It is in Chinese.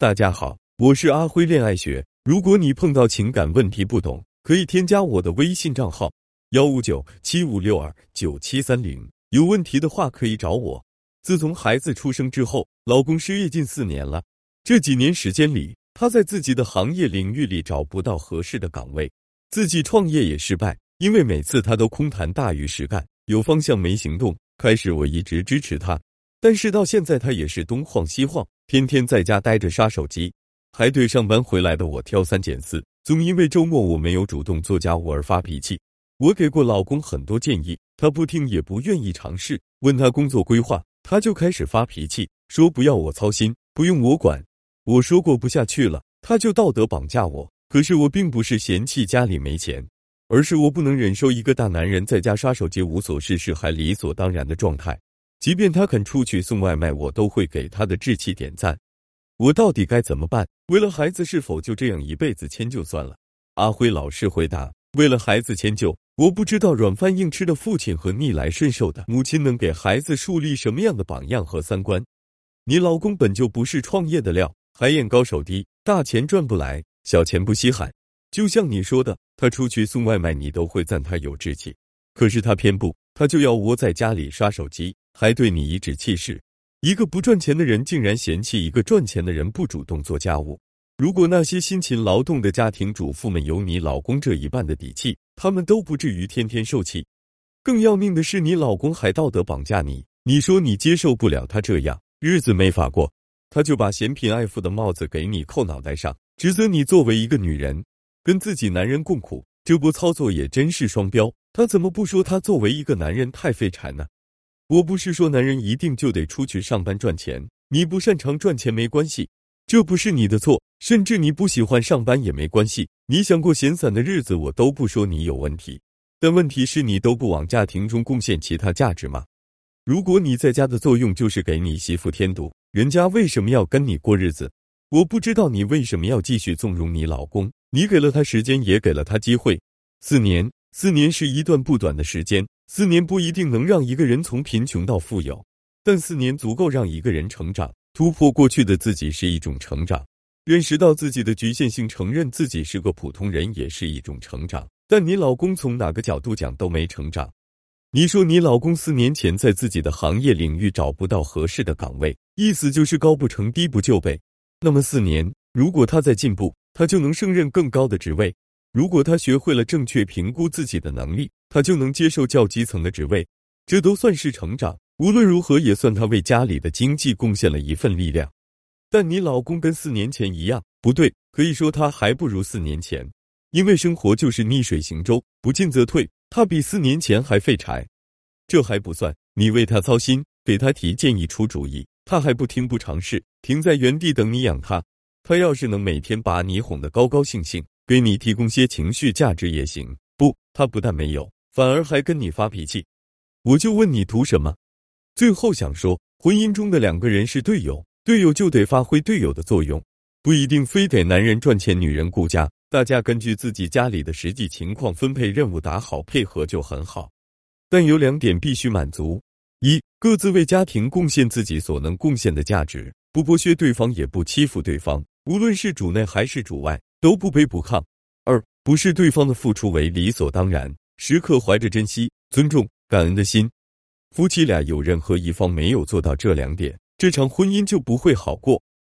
大家好，我是阿辉恋爱学。如果你碰到情感问题不懂，可以添加我的微信账号15975629730，有问题的话可以找我。自从孩子出生之后，老公失业近4年了。这几年时间里，他在自己的行业领域里找不到合适的岗位，自己创业也失败，因为每次他都空谈大于实干，有方向没行动。开始我一直支持他，但是到现在他也是东晃西晃，天天在家待着刷手机，还对上班回来的我挑三拣四，总因为周末我没有主动做家务而发脾气。我给过老公很多建议，他不听也不愿意尝试，问他工作规划，他就开始发脾气，说不要我操心，不用我管。我说过不下去了，他就道德绑架我。可是我并不是嫌弃家里没钱，而是我不能忍受一个大男人在家刷手机无所事事还理所当然的状态。即便他肯出去送外卖，我都会给他的志气点赞。我到底该怎么办？为了孩子，是否就这样一辈子迁就算了？阿辉老师回答：为了孩子迁就，我不知道软饭硬吃的父亲和逆来顺受的母亲能给孩子树立什么样的榜样和三观。你老公本就不是创业的料，还眼高手低，大钱赚不来，小钱不稀罕。就像你说的，他出去送外卖你都会赞他有志气，可是他偏不，他就要窝在家里刷手机，还对你颐指气使。一个不赚钱的人竟然嫌弃一个赚钱的人不主动做家务。如果那些辛勤劳动的家庭主妇们有你老公这一半的底气，他们都不至于天天受气。更要命的是，你老公还道德绑架你。你说你接受不了他这样，日子没法过，他就把嫌贫爱富的帽子给你扣脑袋上，指责你作为一个女人跟自己男人共苦。这波操作也真是双标，他怎么不说他作为一个男人太废柴呢？我不是说男人一定就得出去上班赚钱，你不擅长赚钱没关系，这不是你的错，甚至你不喜欢上班也没关系，你想过闲散的日子我都不说你有问题，但问题是你都不往家庭中贡献其他价值吗？如果你在家的作用就是给你媳妇添堵，人家为什么要跟你过日子？我不知道你为什么要继续纵容你老公，你给了他时间也给了他机会。4年是一段不短的时间，4年不一定能让一个人从贫穷到富有，但4年足够让一个人成长，突破过去的自己是一种成长，认识到自己的局限性，承认自己是个普通人也是一种成长。但你老公从哪个角度讲都没成长。你说你老公4年前在自己的行业领域找不到合适的岗位，意思就是高不成低不就呗。那么4年，如果他在进步，他就能胜任更高的职位。如果他学会了正确评估自己的能力，他就能接受较基层的职位，这都算是成长。无论如何也算他为家里的经济贡献了一份力量。但你老公跟4年前一样，不对，可以说他还不如4年前，因为生活就是逆水行舟，不进则退，他比4年前还废柴。这还不算，你为他操心，给他提建议出主意，他还不听不尝试，停在原地等你养他。他要是能每天把你哄得高高兴兴，给你提供些情绪价值也行。不，他不但没有，反而还跟你发脾气。我就问你图什么？最后想说，婚姻中的2个人是队友，队友就得发挥队友的作用，不一定非得男人赚钱女人顾家，大家根据自己家里的实际情况分配任务，打好配合就很好。但有2点必须满足：一，各自为家庭贡献自己所能贡献的价值，不剥削对方也不欺负对方，无论是主内还是主外，都不卑不亢。2，不视对方的付出为理所当然，时刻怀着珍惜、尊重、感恩的心。夫妻俩有任何一方没有做到这2点，这场婚姻就不会好过。